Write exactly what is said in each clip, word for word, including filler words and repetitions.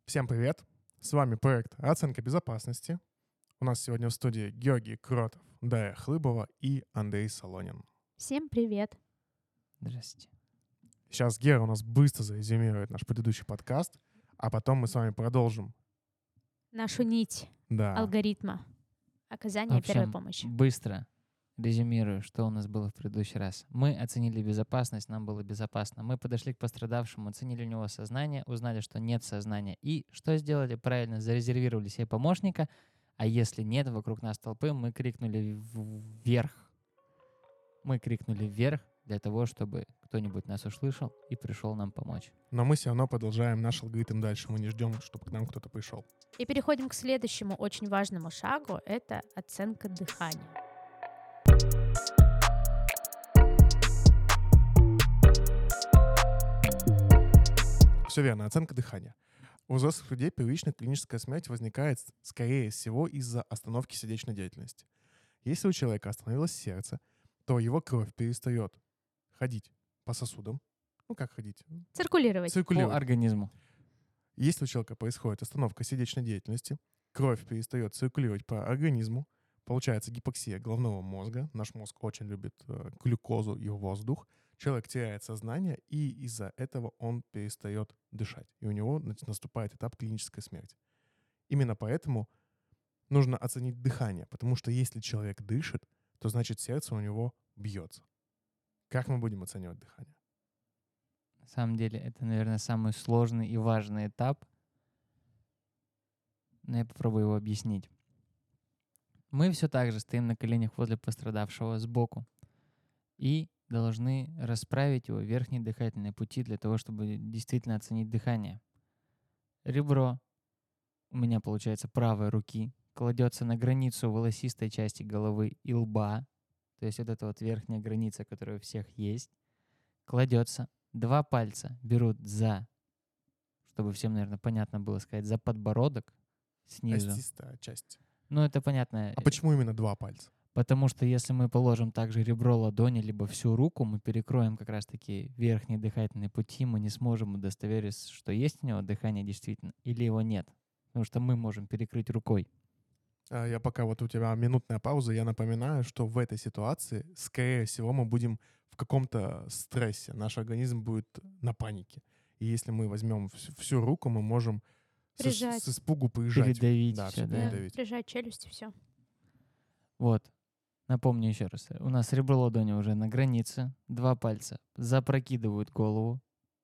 Всем привет! С вами проект «Оценка безопасности». У нас сегодня в студии Георгий Кротов, Дарья Хлыбова и Андрей Солонин. Всем привет! Здравствуйте. Сейчас Гера у нас быстро зарезюмирует наш предыдущий подкаст, а потом мы с вами продолжим. Нашу нить Да. алгоритма оказания В общем, первой помощи. быстро резюмирую, что у нас было в предыдущий раз. Мы оценили безопасность, нам было безопасно. Мы подошли к пострадавшему, оценили у него сознание, узнали, что нет сознания. И что сделали? Правильно, зарезервировали себе помощника, а если нет, вокруг нас толпы, мы крикнули вверх. Мы крикнули вверх для того, чтобы кто-нибудь нас услышал и пришел нам помочь. Но мы все равно продолжаем наш алгоритм дальше. Мы не ждем, чтобы к нам кто-то пришел. И переходим к следующему очень важному шагу. Это оценка дыхания. Все верно, оценка дыхания. У взрослых людей первичная клиническая смерть возникает, скорее всего, из-за остановки сердечной деятельности. Если у человека остановилось сердце, то его кровь перестает ходить по сосудам. Ну, как ходить? Циркулировать. Циркулировать. По организму. Если у человека происходит остановка сердечной деятельности, кровь перестает циркулировать по организму, получается гипоксия головного мозга. Наш мозг очень любит э, глюкозу и воздух. Человек теряет сознание, и из-за этого он перестает дышать. И у него наступает этап клинической смерти. Именно поэтому нужно оценить дыхание, потому что если человек дышит, то значит сердце у него бьется. Как мы будем оценивать дыхание? На самом деле, это, наверное, самый сложный и важный этап. Но я попробую его объяснить. Мы все так же стоим на коленях возле пострадавшего сбоку и должны расправить его верхние дыхательные пути для того, чтобы действительно оценить дыхание. Ребро, у меня получается правой руки, кладется на границу волосистой части головы и лба, то есть вот эта вот верхняя граница, которая у всех есть, кладется. Два пальца берут за, чтобы всем, наверное, понятно было сказать, за подбородок снизу. Остистая часть. Ну, это понятно. А почему именно два пальца? Потому что если мы положим также ребро ладони, либо всю руку, мы перекроем как раз-таки верхние дыхательные пути, мы не сможем удостовериться, что есть у него дыхание действительно или его нет. Потому что мы можем перекрыть рукой. А Я пока вот у тебя минутная пауза, я напоминаю, что в этой ситуации, скорее всего, мы будем в каком-то стрессе. Наш организм будет на панике. И если мы возьмем всю, всю руку, мы можем с, Прижать. с испугу прижать. Передавить Да, всё, всё да. передавить. Прижать челюсть и все. Вот. Напомню еще раз. У нас ребро ладони уже на границе. Два пальца запрокидывают голову.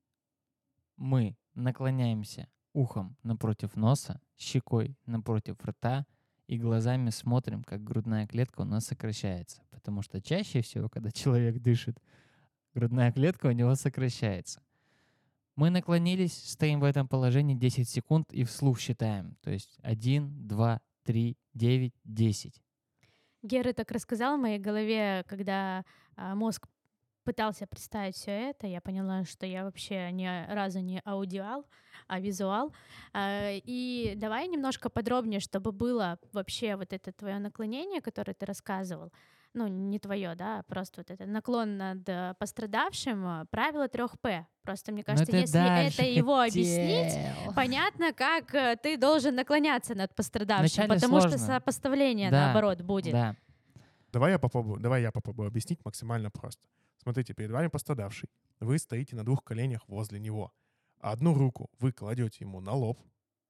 Мы наклоняемся ухом напротив носа, щекой напротив рта и глазами смотрим, как грудная клетка у нас сокращается. Потому что чаще всего, когда человек дышит, грудная клетка у него сокращается. Мы наклонились, стоим в этом положении десять секунд и вслух считаем. То есть один, два, три, девять, десять. Гера так рассказал в моей голове, когда а, мозг пытался представить все это, я поняла, что я вообще ни разу не аудиал, а визуал. А, и давай немножко подробнее, чтобы было вообще вот это твое наклонение, которое ты рассказывал. Ну, не твое, да, а просто вот это наклон над э, пострадавшим, э, правило трех П. Просто мне кажется, Но ты если дальше это его хотел. объяснить, понятно, как э, ты должен наклоняться над пострадавшим, Вначале потому что сложно. сопоставление Да, наоборот будет. Да. Давай я попробую, давай я попробую объяснить максимально просто. Смотрите, перед вами пострадавший. Вы стоите на двух коленях возле него. Одну руку вы кладете ему на лоб,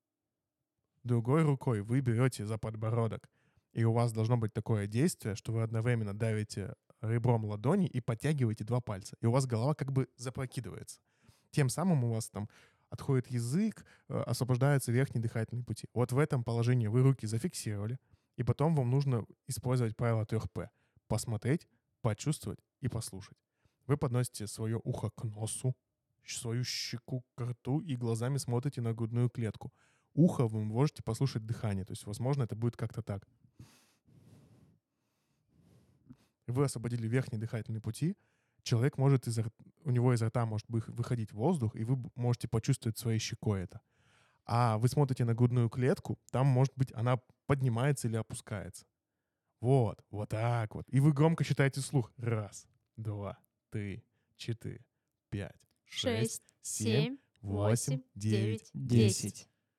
другой рукой вы берете за подбородок. И у вас должно быть такое действие, что вы одновременно давите ребром ладони и подтягиваете два пальца. И у вас голова как бы запрокидывается. Тем самым у вас там отходит язык, э, освобождаются верхние дыхательные пути. Вот в этом положении вы руки зафиксировали, и потом вам нужно использовать правило трех П. Посмотреть, почувствовать и послушать. Вы подносите свое ухо к носу, свою щеку к рту и глазами смотрите на грудную клетку. Ухо вы можете послушать дыхание. То есть, возможно, это будет как-то так. Вы освободили верхние дыхательные пути. Человек может из у него изо рта может выходить воздух, и вы можете почувствовать своей щекой это. А вы смотрите на грудную клетку, там, может быть, она поднимается или опускается. Вот, вот так вот. И вы громко считаете вслух. Раз, два, три, четыре, пять, шесть, Шесть, семь, семь, восемь, восемь, девять, девять, десять. десять.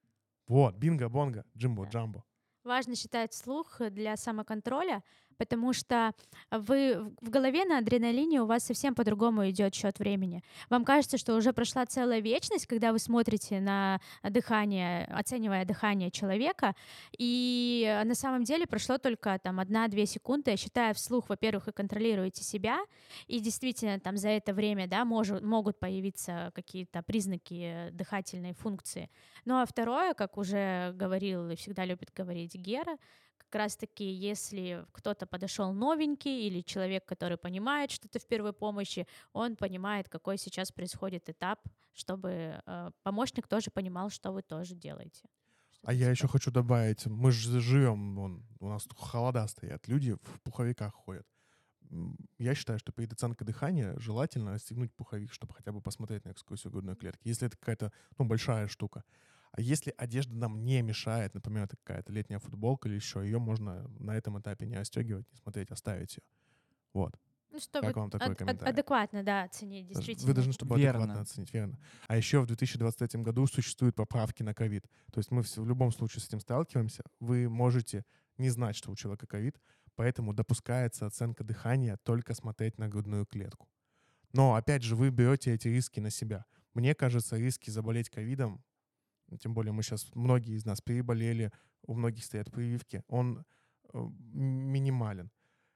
Вот, бинго-бонго, джимбо-джамбо. Важно считать вслух для самоконтроля, потому что вы в голове на адреналине у вас совсем по-другому идет счет времени. Вам кажется, что уже прошла целая вечность, когда вы смотрите на дыхание, оценивая дыхание человека, и на самом деле прошло только там одна-две секунды, считая вслух, во-первых, вы контролируете себя, и действительно там за это время, да, может, могут появиться какие-то признаки дыхательной функции. Ну а второе, как уже говорил и всегда любит говорить Гера, как раз-таки, если кто-то подошел новенький или человек, который понимает что-то в первой помощи, он понимает, какой сейчас происходит этап, чтобы э, помощник тоже понимал, что вы тоже делаете. А я еще хочу добавить, мы же живем, вон, у нас тут холода стоят, люди в пуховиках ходят. М, Я считаю, что перед оценкой дыхания желательно расстегнуть пуховик, чтобы хотя бы посмотреть на экскурсию грудной клетки, если это какая-то, ну, большая штука. А если одежда нам не мешает, например, это какая-то летняя футболка или еще, ее можно на этом этапе не расстегивать, не смотреть, оставить ее. Вот. Ну, чтобы Как вам такой ад- ад- комментарий? адекватно, да, оценить, Даже- действительно. Вы должны, чтобы Верно. адекватно оценить, верно. А еще в две тысячи двадцать третьем году существуют поправки на ковид. То есть мы вс- в любом случае с этим сталкиваемся. Вы можете не знать, что у человека ковид, поэтому допускается оценка дыхания только смотреть на грудную клетку. Но, опять же, вы берете эти риски на себя. Мне кажется, риски заболеть ковидом, тем более мы сейчас, многие из нас переболели, у многих стоят прививки, он э, м- минимален.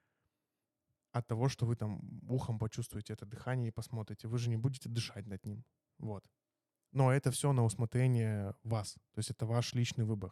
От того, что вы там ухом почувствуете это дыхание и посмотрите. Вы же не будете дышать над ним. Вот. Но это все на усмотрение вас. То есть это ваш личный выбор.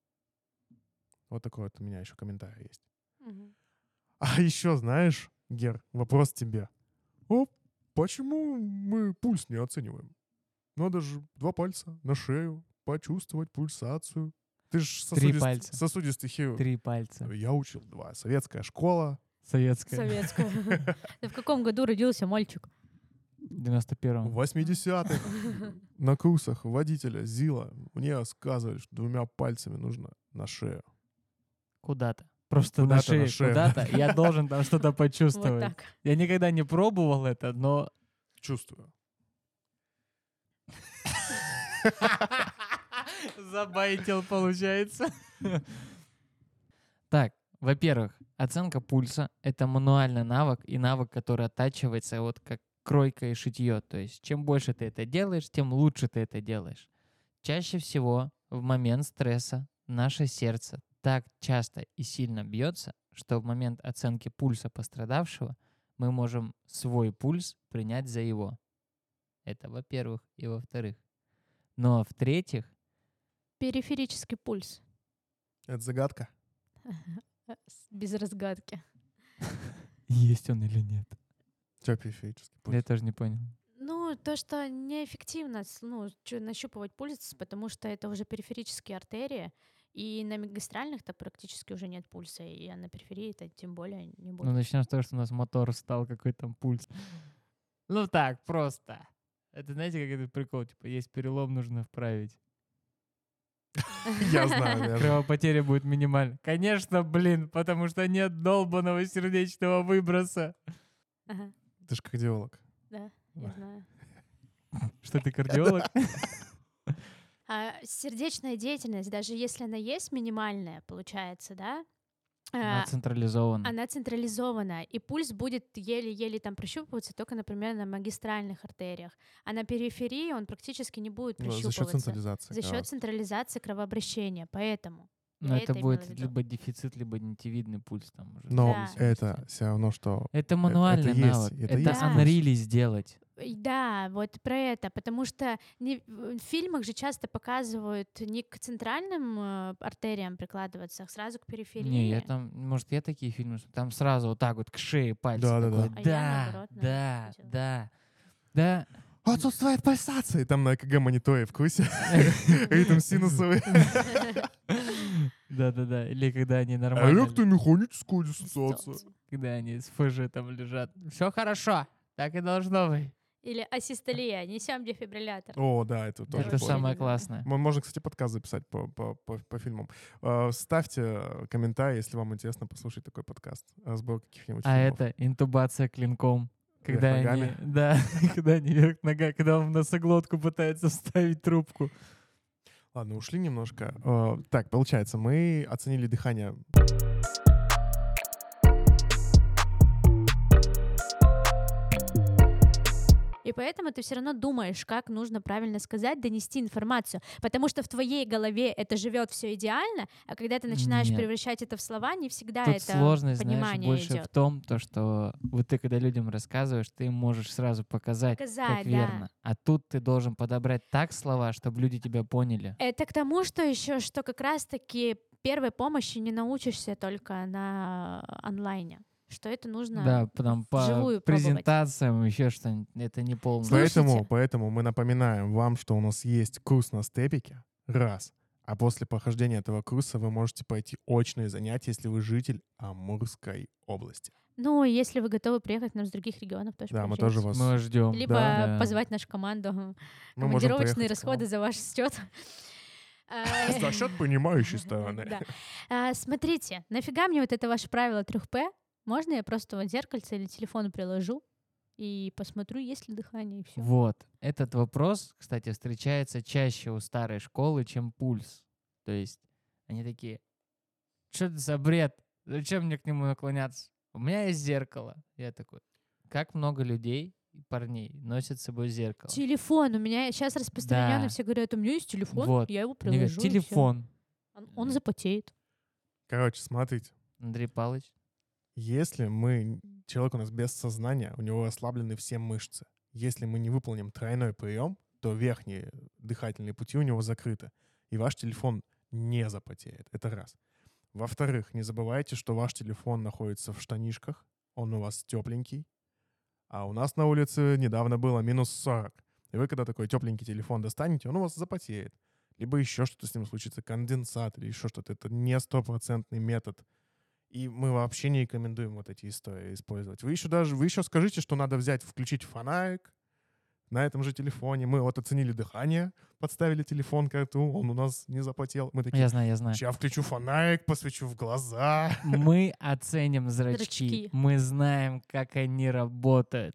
Вот такой вот у меня еще комментарий есть. Мгм. А еще, знаешь, Гер, вопрос тебе. О, почему мы пульс не оцениваем? Надо же два пальца на шею, почувствовать пульсацию. Ты же Три сосудист- пальца. сосудистый хирург. Три пальца. Я учил два. Советская школа. Советская. Советская. Да в каком году родился мальчик? В девяносто В первом. восьмидесятых на курсах водителя ЗИЛа мне сказывали, что двумя пальцами нужно на шею. Куда-то. Просто на Куда-то на шее, шею. куда-то. Я должен там что-то Вот почувствовать. так. Я никогда не пробовал это, но... Чувствую. Забайтил, получается. Так, во-первых, оценка пульса — это мануальный навык и навык, который оттачивается вот как кройка и шитье. То есть чем больше ты это делаешь, тем лучше ты это делаешь. Чаще всего в момент стресса наше сердце так часто и сильно бьется, что в момент оценки пульса пострадавшего мы можем свой пульс принять за его. Это во-первых. И во-вторых. Ну а в-третьих, Периферический пульс. Это загадка. Э, с- Без разгадки. есть он или нет. Что периферический пульс? Я тоже не понял. Ну, то, что неэффективно с- ну, чё- нащупывать пульс, потому что это уже периферические артерии, и на магистральных-то практически уже нет пульса, и на периферии-то тем более не Ну, будет. начнем с того, что у нас мотор встал, какой там пульс. Ну так, просто. Это знаете, как этот прикол, типа, есть перелом, нужно вправить. Я знаю, я же- Кровопотеря будет минимальна. Конечно, блин, потому что нет долбаного сердечного выброса. Ага, Ты же кардиолог. да, я Ой. знаю. Что ты кардиолог? А сердечная деятельность, даже если она есть минимальная, получается, да, Она а, централизована. она централизована, и пульс будет еле-еле там прощупываться только, например, на магистральных артериях. А на периферии он практически не будет Ну, за счет прощупываться. централизации. За как счет раз. централизации кровообращения. Поэтому. Но я это это будет имела в виду. либо дефицит, либо нитевидный пульс там уже. в Но зависимости. это все равно, что... Это мануальный это есть, навык. это Это есть анрили сделать. И Да, вот про это, потому что не- в фильмах же часто показывают не к центральным э, артериям прикладываться, а сразу к периферии. Не, я там, может, я такие фильмы, смотрю, там сразу вот так вот к шее пальцы. Да-да-да. такой, А я Да, наоборот, да, наверное, делаю. да, да. Отсутствует пульсация. Там на ЭКГ-мониторе в курсе. Ритм синусовый. Да-да-да. Или когда они нормально, Электромеханическая диссоциация. когда они с ФЖ там лежат. Все хорошо, так и должно быть. Или асистолия, несем дефибриллятор. О, да, это тоже. Это вообще понял. самое не- классное. М- Можно, кстати, подкаст записать по, по, по, по фильмам. Э, Ставьте э, комментарий, если вам интересно послушать такой подкаст. Разбор каких-нибудь А фильмов. это интубация клинком. Когда Вверх они, ногами? да, когда они вверх нога, когда он в носоглотку пытается вставить трубку. Ладно, ушли немножко. Э, Так, получается, мы оценили дыхание. И поэтому ты все равно думаешь, как нужно правильно сказать, донести информацию. Потому что в твоей голове это живет все идеально, а когда ты начинаешь Нет. превращать это в слова, не всегда Тут это сложность, знаешь, понимание больше в идет. том, то, что вот ты, когда людям рассказываешь, ты можешь сразу показать, Показать, как да. верно. А тут ты должен подобрать так слова, чтобы люди тебя поняли. Это к тому, что еще, что как раз-таки первой помощи не научишься только на онлайне. Что это нужно Да, потом по вживую пробовать. презентациям еще что-нибудь. Это не полное. Слушайте. Поэтому, поэтому мы напоминаем вам, что у нас есть курс на степике. Раз. А после прохождения этого курса вы можете пойти очные занятия, если вы житель Амурской области. Ну, если вы готовы приехать к нам с других регионов, тоже Да, мы приезжайте. тоже вас... Мы вас ждем. Либо Да. позвать нашу команду. Мы можем Командировочные приехать к расходы за ваш счет. вам. За счет понимающей стороны. Да. А, Смотрите, нафига мне вот это ваше правило трех П? Можно я просто вот зеркальце или телефон приложу и посмотрю, есть ли дыхание, и все. Вот. Этот вопрос, кстати, встречается чаще у старой школы, чем пульс. То есть они такие, что это за бред? Зачем мне к нему наклоняться? У меня есть зеркало. Я такой, как много людей, парней, носят с собой зеркало. Телефон. У меня сейчас распространенно Да. все говорят, у меня есть телефон, Вот. я его Мне говорят, приложу. и всё. телефон. Он, он запотеет. Короче, смотрите. Андрей Павлович. Если мы... Человек у нас без сознания, у него ослаблены все мышцы. Если мы не выполним тройной прием, то верхние дыхательные пути у него закрыты. И ваш телефон не запотеет. Это раз. Во-вторых, не забывайте, что ваш телефон находится в штанишках. Он у вас тепленький. А у нас на улице недавно было минус сорок. И вы, когда такой тепленький телефон достанете, он у вас запотеет. Либо еще что-то с ним случится, конденсат или еще что-то. Это не стопроцентный метод. И мы вообще не рекомендуем вот эти истории использовать. Вы еще даже, вы еще скажите, что надо взять, включить фонарик на этом же телефоне. Мы вот оценили дыхание, подставили телефон к рту, он у нас не запотел. Мы такие, Я знаю, я знаю. я включу фонарик, посвечу в глаза. Мы оценим зрачки. Зрачки. Мы знаем, как они работают.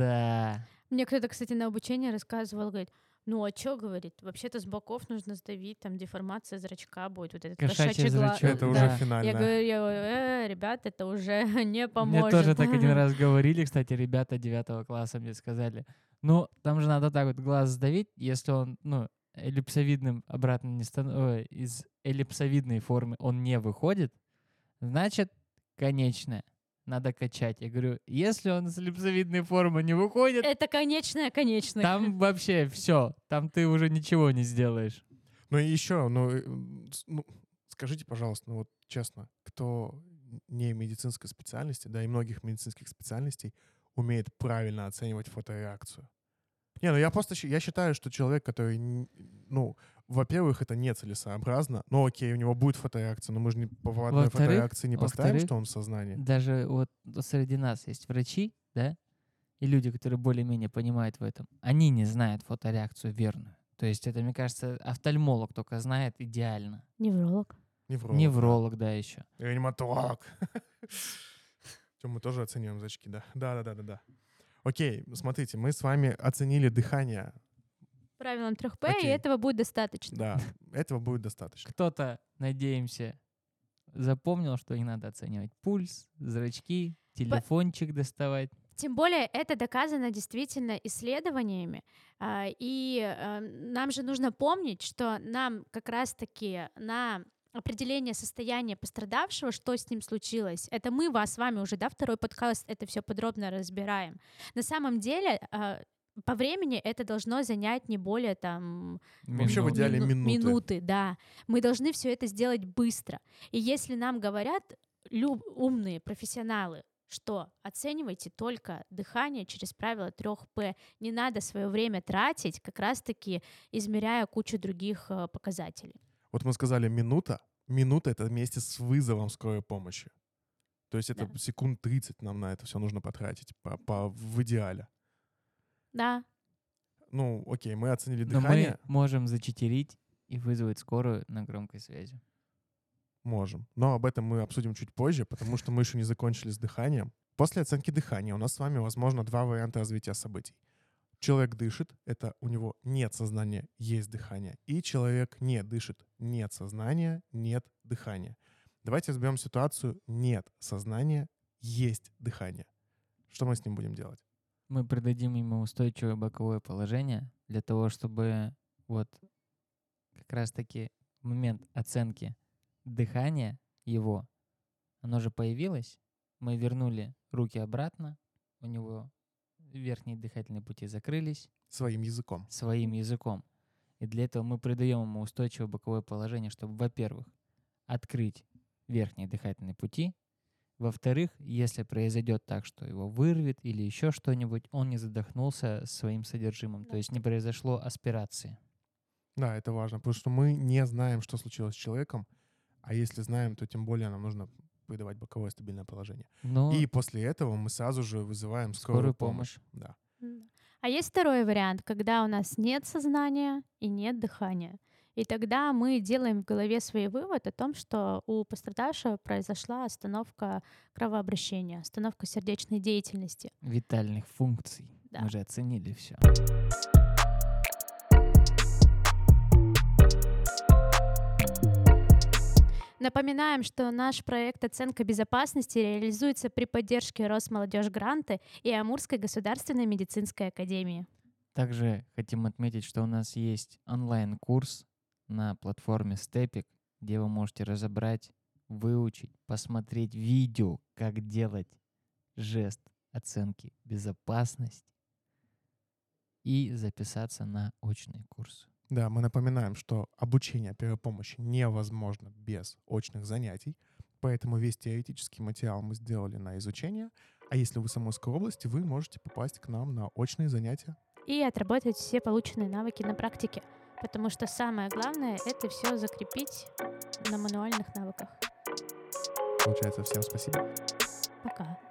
Да. Мне кто-то, кстати, на обучении рассказывал, говорит, ну а что, говорит, вообще-то с боков нужно сдавить, там деформация зрачка будет, вот этот Кошачий кошачий глаз. зрачок, Это Да. уже Я финальное. говорю, я говорю, э, ребят, это уже не поможет. Мне тоже так один раз говорили, кстати, ребята девятого класса мне сказали, ну, там же надо так вот глаз сдавить, если он, ну, эллипсовидным обратно не стан... Ой, из эллипсовидной формы он не выходит, значит, конечная. Надо качать. Я говорю, если он из эллипсовидной формы не выходит, Это конечное, конечное. там вообще все. Там ты уже ничего не сделаешь. Ну и еще, ну, э, с- ну, скажите, пожалуйста, ну вот честно, кто не медицинской специальности, да, и многих медицинских специальностей умеет правильно оценивать фотореакцию? Не, ну я просто щи- я считаю, что человек, который, н- ну, во-первых, это нецелесообразно. Ну окей, у него будет фотореакция, но мы же не по одной Во-вторых- фотореакции не поставим, во-вторых, что он в сознании. Даже вот среди нас есть врачи, да, и люди, которые более-менее понимают в этом, они не знают фотореакцию верную. То есть это, мне кажется, офтальмолог только знает идеально. Невролог. Невролог. Невролог, да, еще. Да. Реаниматолог. Чем мы тоже оцениваем зрачки, да. Да-да-да-да-да. Окей, смотрите, мы с вами оценили дыхание. Правилам трех П, и Окей. этого будет достаточно. Да, этого будет достаточно. Кто-то, надеемся, запомнил, что не надо оценивать пульс, зрачки, телефончик доставать. Тем более это доказано действительно исследованиями. а, И а, нам же нужно помнить, что нам как раз-таки на определение состояния пострадавшего, что с ним случилось, это мы вас с вами уже, да, второй подкаст, это все подробно разбираем. На самом деле а, по времени это должно занять не более там Вообще в минут. идеале мину- минуты. минуты, да. Мы должны все это сделать быстро. И если нам говорят люб- умные профессионалы, что оценивайте только дыхание через правило трех П, не надо свое время тратить, как раз-таки измеряя кучу других э, показателей. Вот мы сказали минута. Минута — это вместе с вызовом скорой помощи. То есть это Да. секунд тридцать нам на это все нужно потратить по, по- в идеале. Да, Ну, окей, мы оценили Но дыхание. мы можем зачитерить и вызвать скорую на громкой связи. Можем. Но об этом мы обсудим чуть позже, потому что мы еще не закончили с дыханием. После оценки дыхания у нас с вами, возможно, два варианта развития событий. Человек дышит, это у него нет сознания, есть дыхание. И человек не дышит, нет сознания, нет дыхания. Давайте разберем ситуацию: нет сознания, есть дыхание. Что мы с ним будем делать? Мы придадим ему устойчивое боковое положение для того, чтобы вот как раз-таки в момент оценки дыхания его, оно же появилось, мы вернули руки обратно, у него верхние дыхательные пути закрылись Своим языком. своим языком. И для этого мы придаем ему устойчивое боковое положение, чтобы, во-первых, открыть верхние дыхательные пути, во-вторых, если произойдет так, что его вырвет или еще что-нибудь, он не задохнулся своим содержимым, Да. то есть не произошло аспирации. Да, это важно, потому что мы не знаем, что случилось с человеком, а если знаем, то тем более нам нужно выдавать боковое стабильное положение. Но И после этого мы сразу же вызываем скорую, скорую помощь. помощь. Да. М. А есть второй вариант, когда у нас нет сознания и нет дыхания. И тогда мы делаем в голове свой вывод о том, что у пострадавшего произошла остановка кровообращения, остановка сердечной деятельности. Витальных функций. Да. Мы же оценили все. Напоминаем, что наш проект «Оценка безопасности» реализуется при поддержке Росмолодежгранта и Амурской государственной медицинской академии. Также хотим отметить, что у нас есть онлайн-курс на платформе Степик, где вы можете разобрать, выучить, посмотреть видео, как делать жест оценки безопасности и записаться на очный курс. Да, мы напоминаем, что обучение первой помощи невозможно без очных занятий, поэтому весь теоретический материал мы сделали на изучение, а если вы в Самарской области, вы можете попасть к нам на очные занятия. И отработать все полученные навыки на практике, потому что самое главное — это все закрепить на мануальных навыках. Получается, всем спасибо. Пока.